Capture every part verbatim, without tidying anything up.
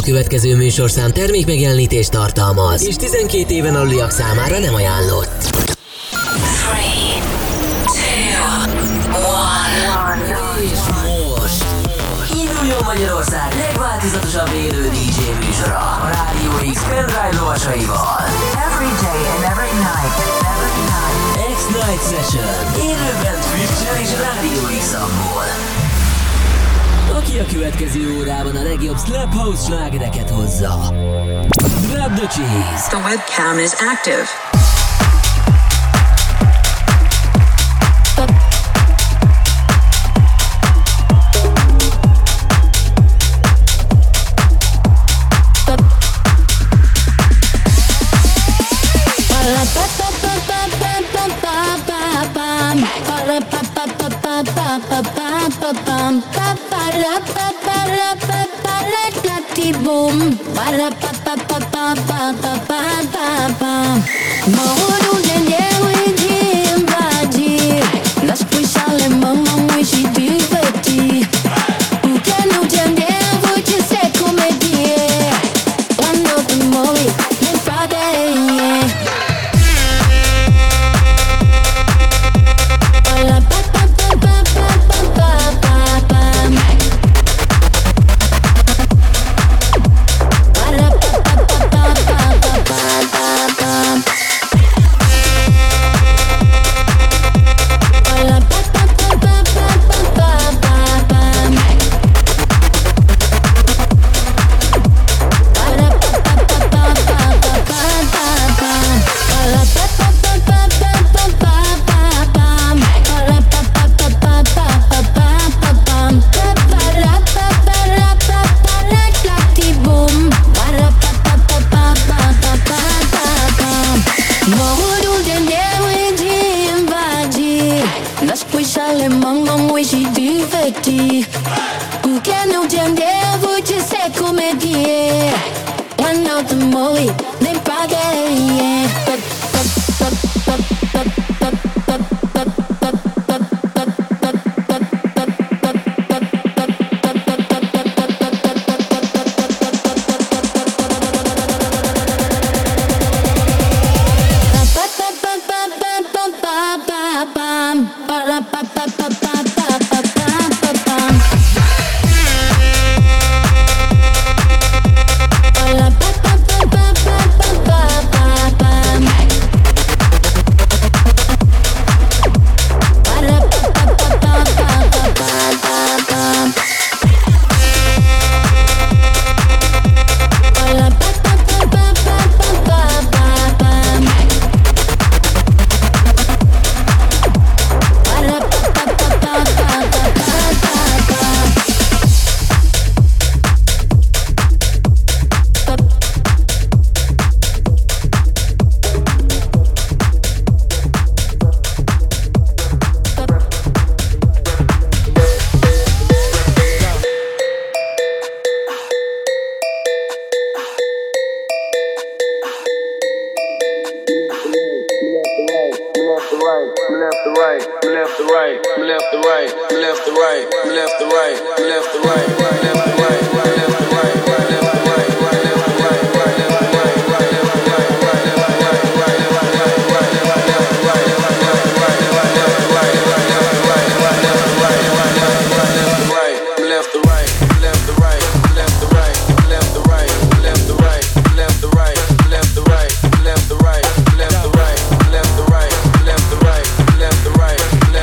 következő műsorszám termékmegjelenítést tartalmaz, és tizenkét éven aluliak számára nem ajánlott. three, two, one. És most induljon Magyarország legváltozatosabb élő dé dzsé műsora a Rádió X pendrive lovasaival. Every day and every night, every night. X-Night Session élőben Twitch-en és Rádió X-amból. Aki a következő órában a legjobb Slap House slágereket hozza. Grab the cheese. The webcam is active. Boom, para pa pa pa pa pa pa pa pa. Mauro nenhum de invadir. Nas puxas alemão não é de divertir. Porque não entender vou dizer como é que é. Quando te morre, nem fada é. Para pa pa pa pa pa pa pa pa. Porque não entender, vou dizer como é que é. Quando te morre, nem paguei.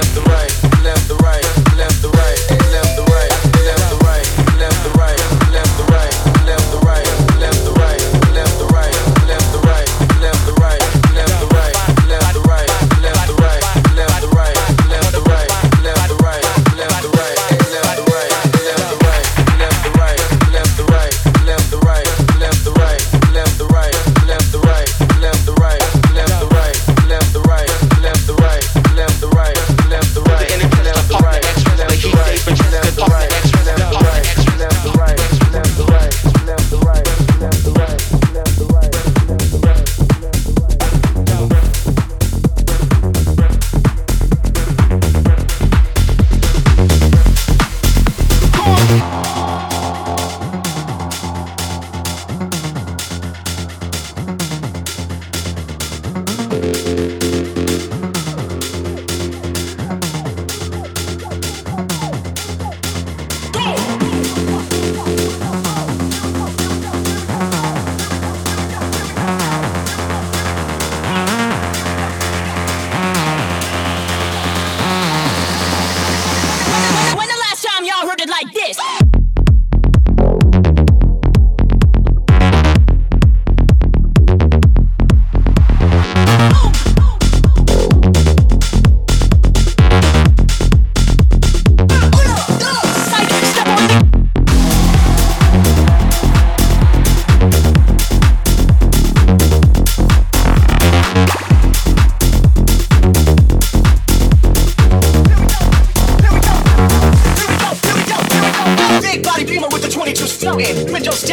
Left,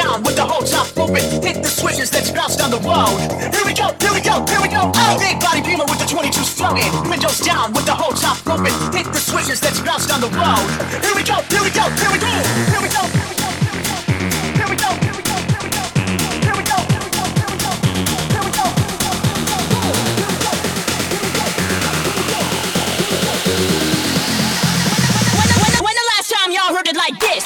down with the whole top moving. Hit the switches that's bounced down the road. Here we go, here we go, here we go. Oh. Big body beamer with the twenty-twos floating. Windows down with the whole top moving. Hit the switches that's bounced down the road. Here we go, here we go, here we go, here we go, here we go, here we go, here we go, here we go, here we go, here we go, here we go, here we go. When the last time y'all heard it like this?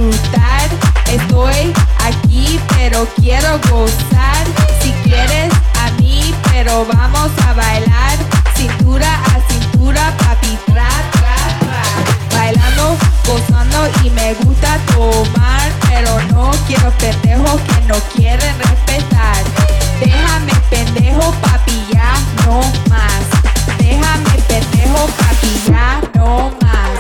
disfrutar. Estoy aquí, pero quiero gozar. Si quieres a mí, pero vamos a bailar. Cintura a cintura, papi, tra, tra, tra. Bailando, gozando y me gusta tomar, pero no quiero pendejos que no quieren respetar. Déjame pendejo, papi, ya no más. Déjame pendejo, papi, ya no más.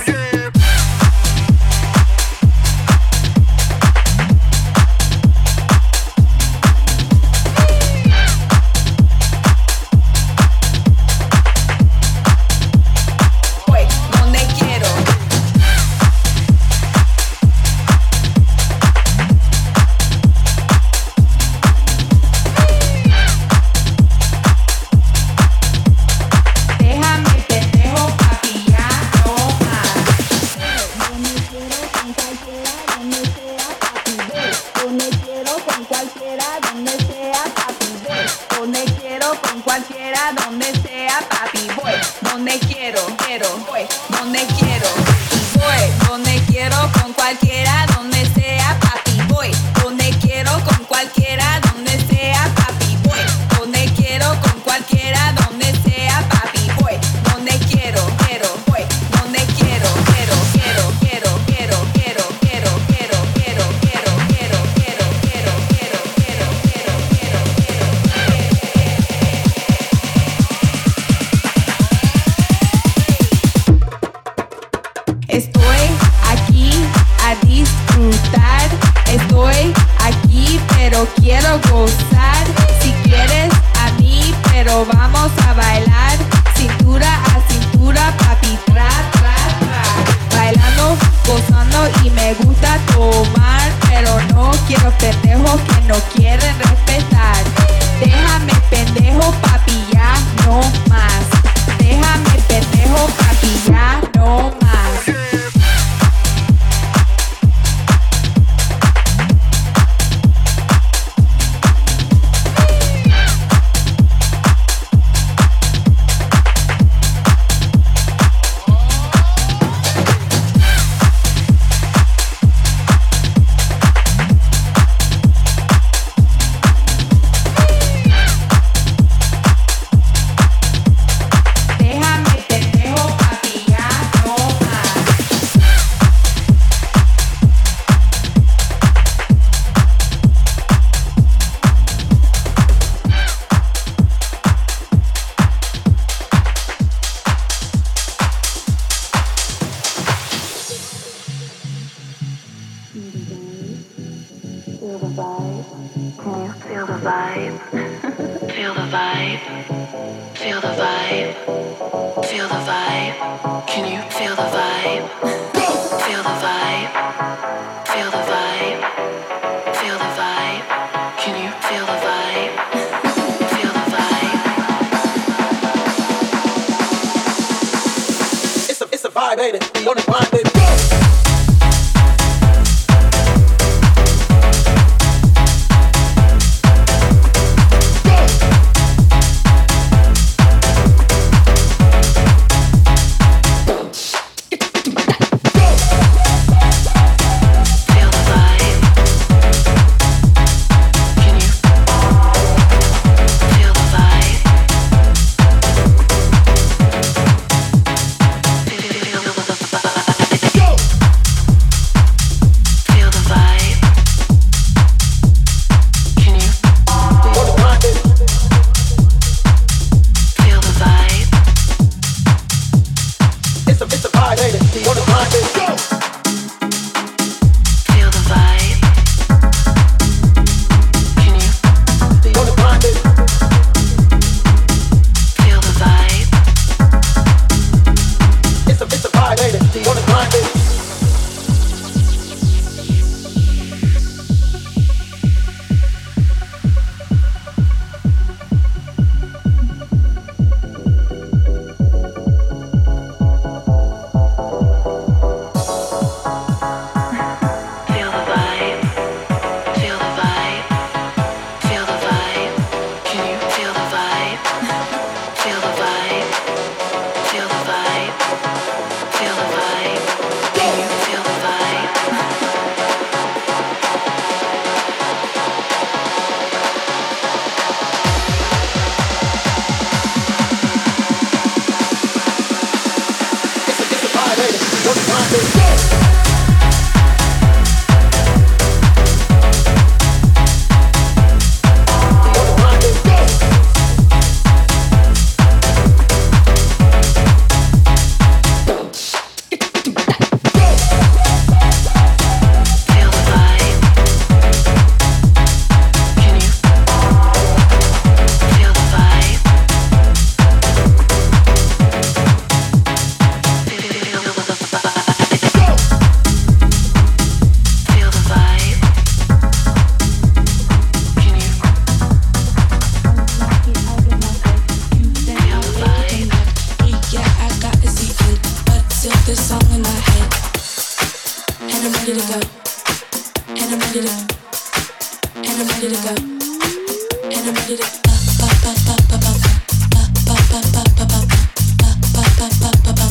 to go. And I'm ready to. And I'm ready to go. And I'm ready to. Ba ba ba ba ba ba ba ba ba ba ba ba ba ba ba ba.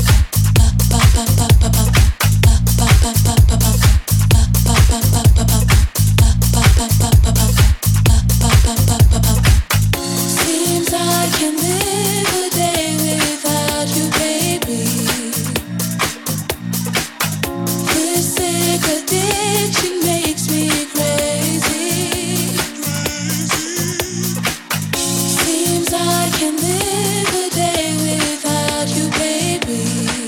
Seems I can't live a day without you, baby. This sick addiction makes me crazy. Seems I can't live a day without you, baby.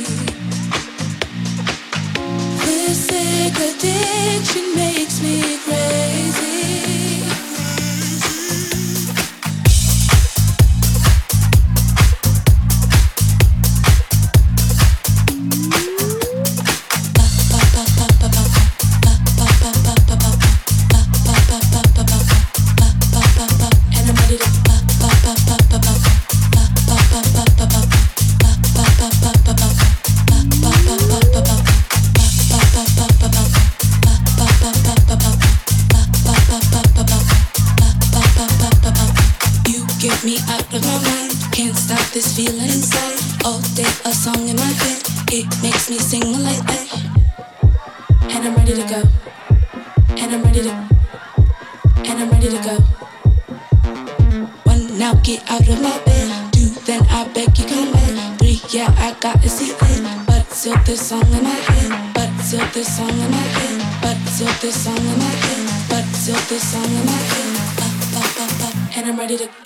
This sick addiction makes me crazy. Me out of my mind, can't stop this feeling inside. All day a song in my head, it makes me sing like that. And I'm ready to go. And I'm ready to. And I'm ready to go. One, now get out of my bed. Two, then I beg you come back. Three, yeah I gotta see it, but still this song in my head. But still this song in my head. But still this song in my head. But still this song in my head. Uh, uh, uh, uh, and I'm ready to.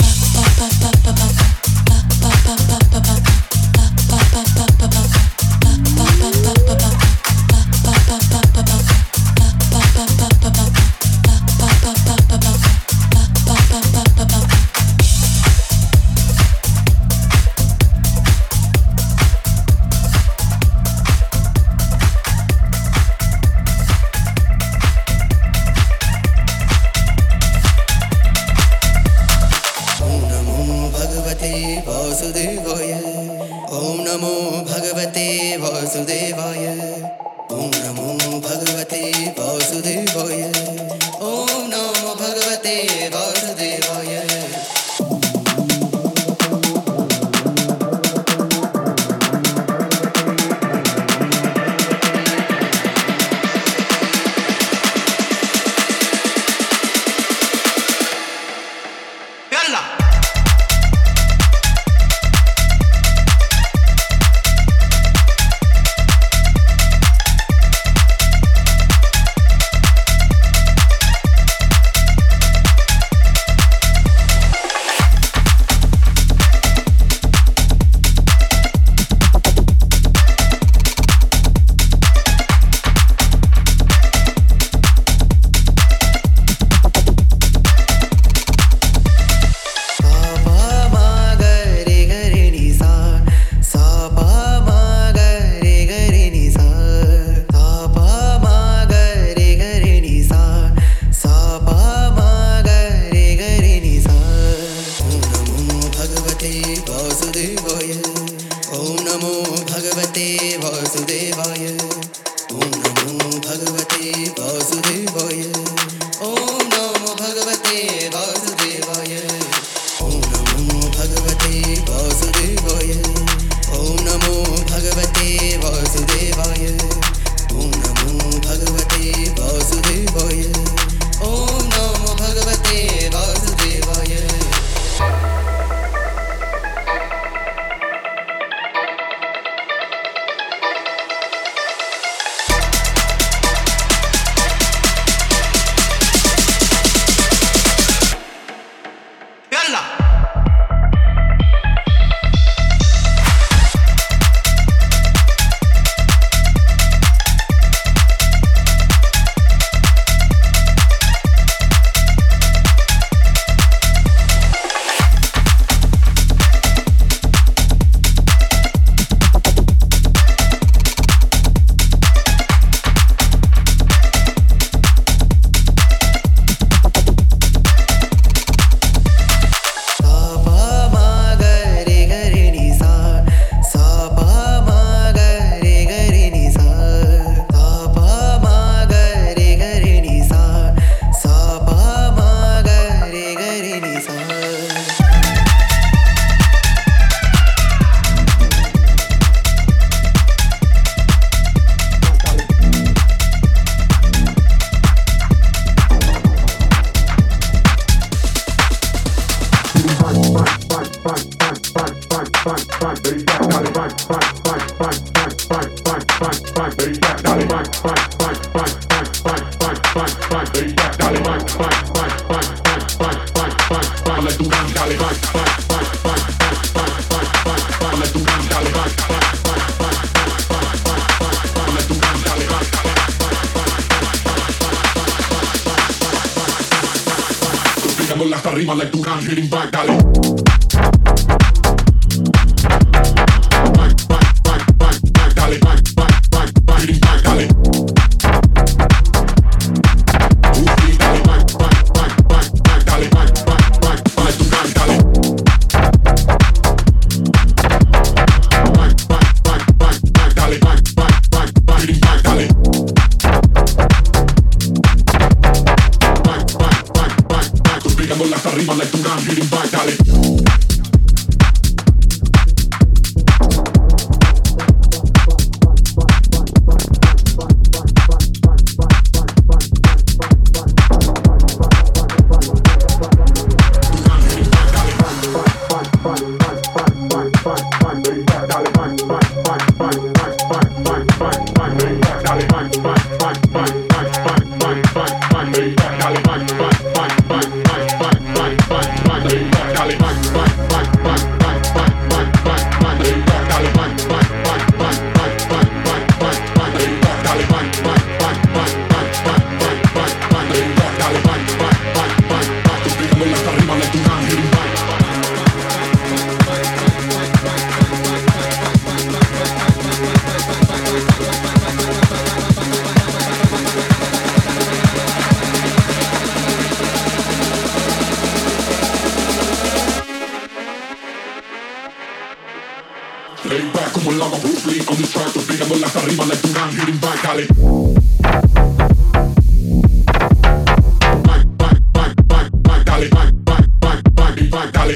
Hasta arriba like Duran, hitting back, dale. Arriba like Duran, hitting back, dale. Lay back como lava, Bruce Lee on the track, to pegando hasta arriba like Duran, hitting back, dale. Back, back, back, back, back, dale, back, back, back, back, back, dale.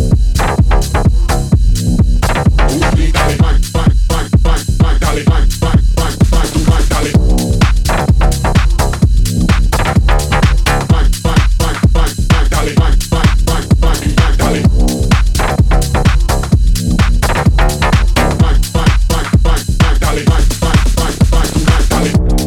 Bruce Lee, dale, back, back, back, back, back, dale, back, back, back, back, to back, dale. Back, back, back, back, back, dale, back, back, back, back, back, dale. Dale,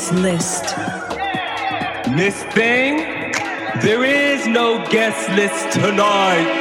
J's list. Miss Bang, there is no guest list tonight.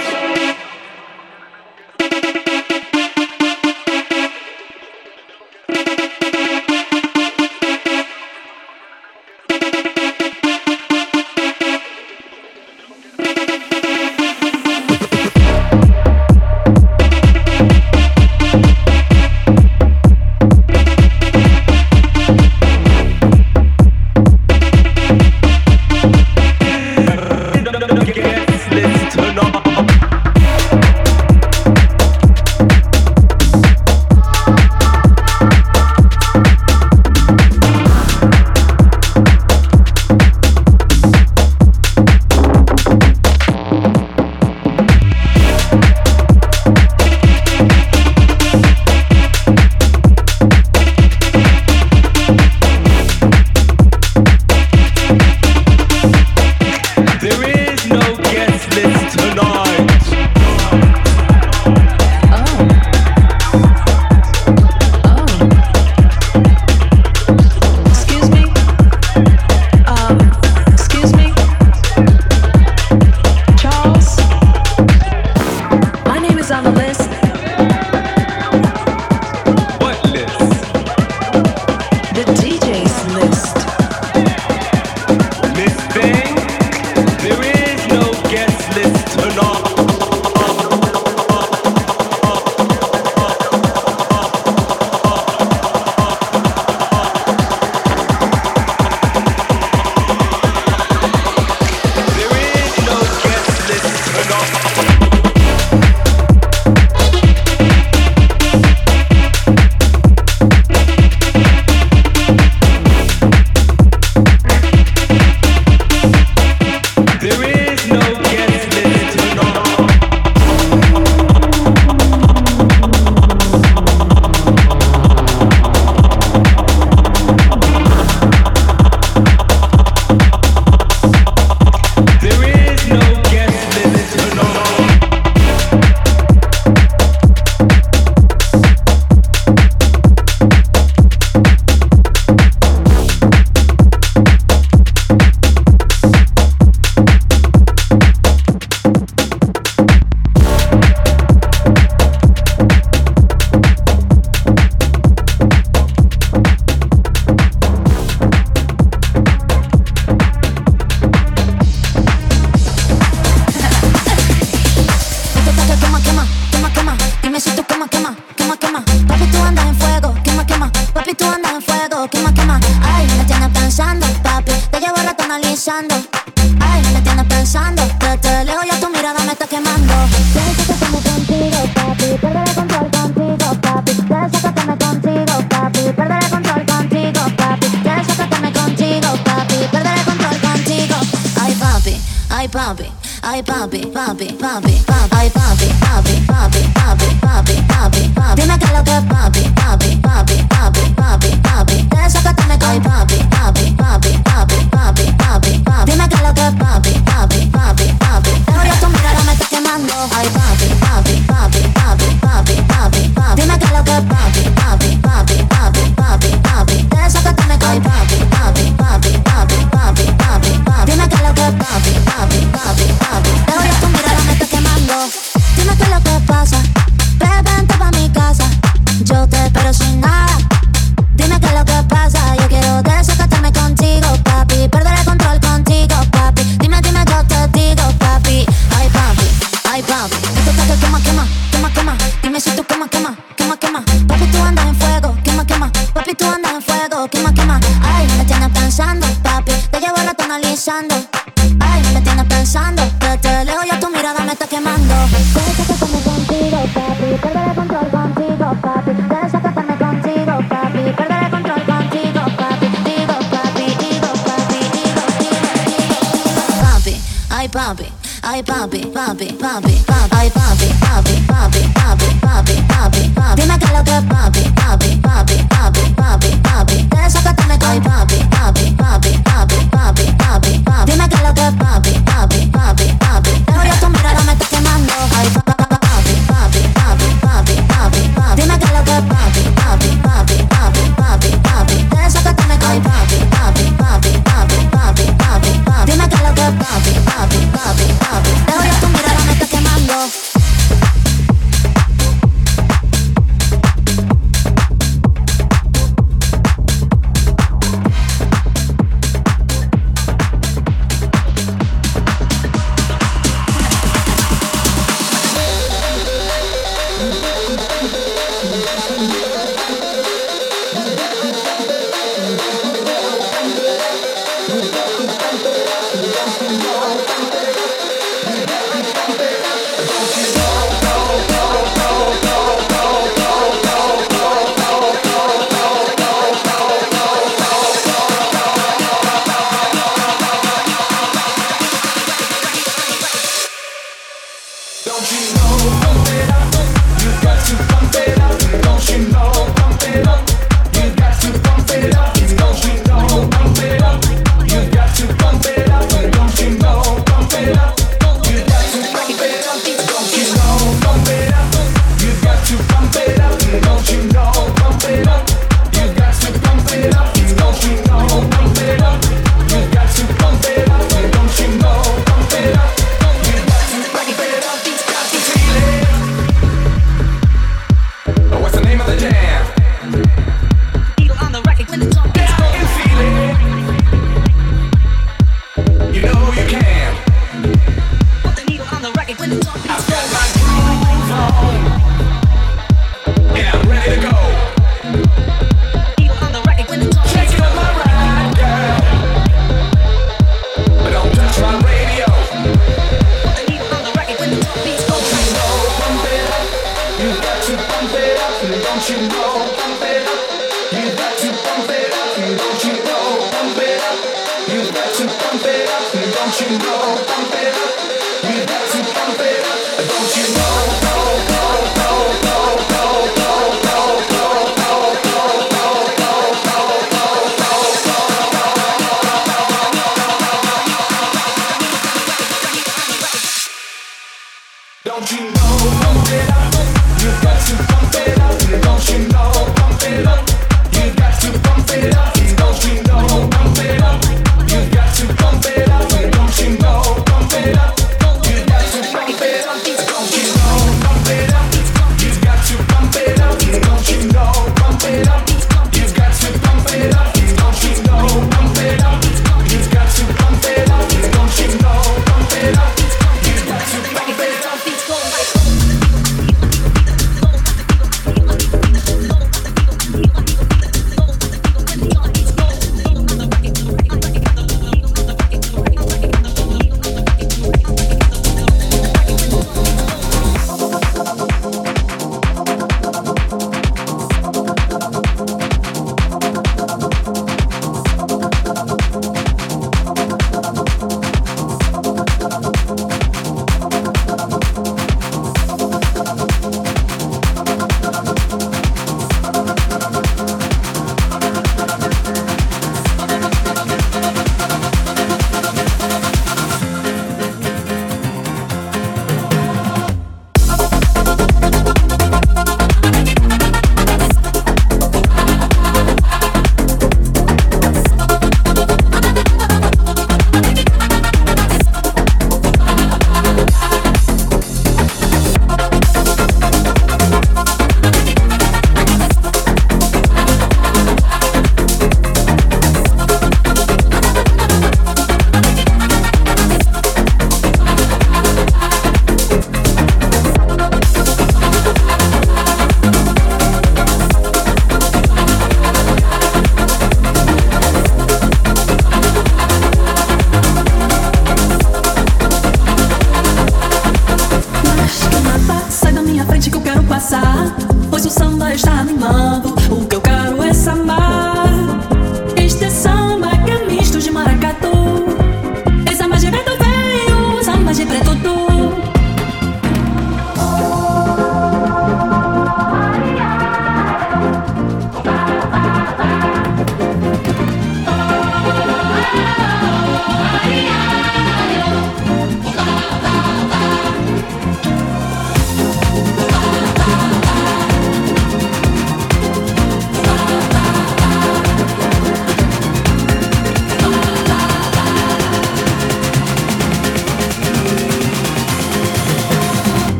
Papi, papi, papi, papi, papi, papi, papi, papi, papi, pump it up, don't you know? Pump it up, you got to pump it up, don't you know? Go, go, go, go, go, go, go, go, go, go, go, go, go, go, go, don't you know? Pump it up, you got to pump it up, don't you know? Pump it up, you got to pump it up, don't you know? Pump it up, you got to pump it up, don't you know?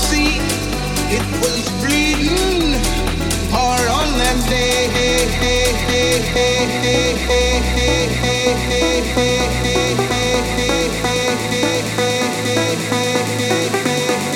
see. It was bleeding hard on that day. Hey, hey, hey, hey, hey, hey, hey, hey, hey, hey, hey, hey, hey, hey, hey, hey.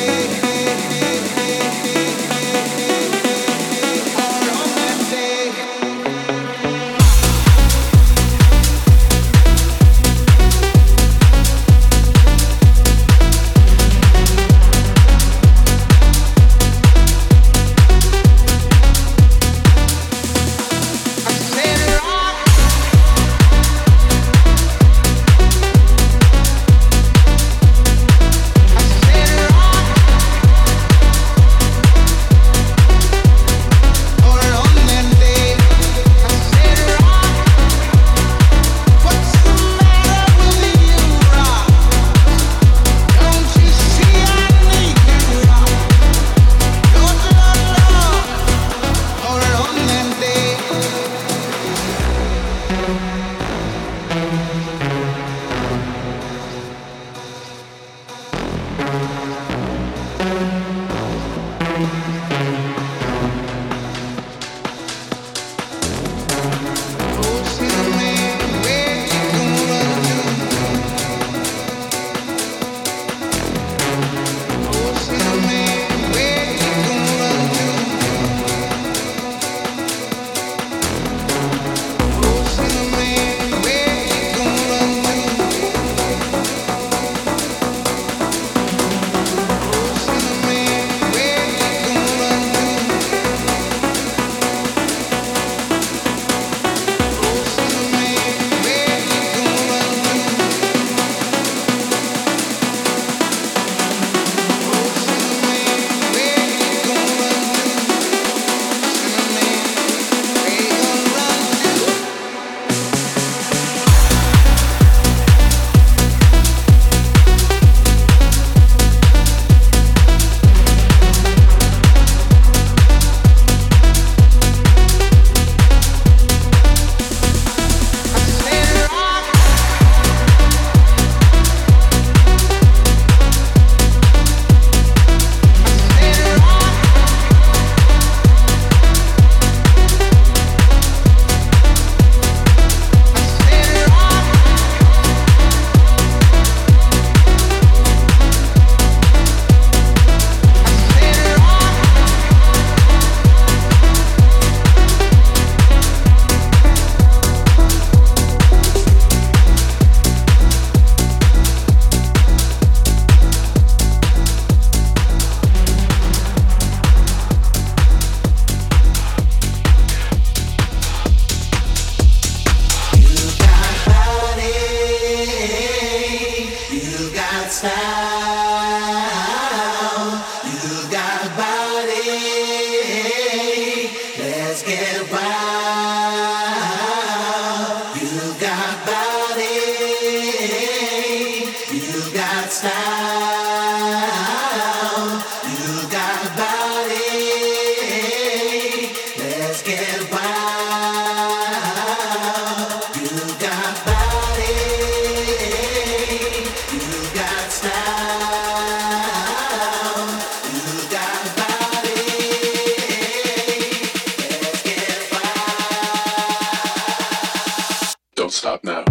Stop now.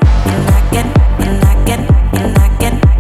and I get, and I get, and I get.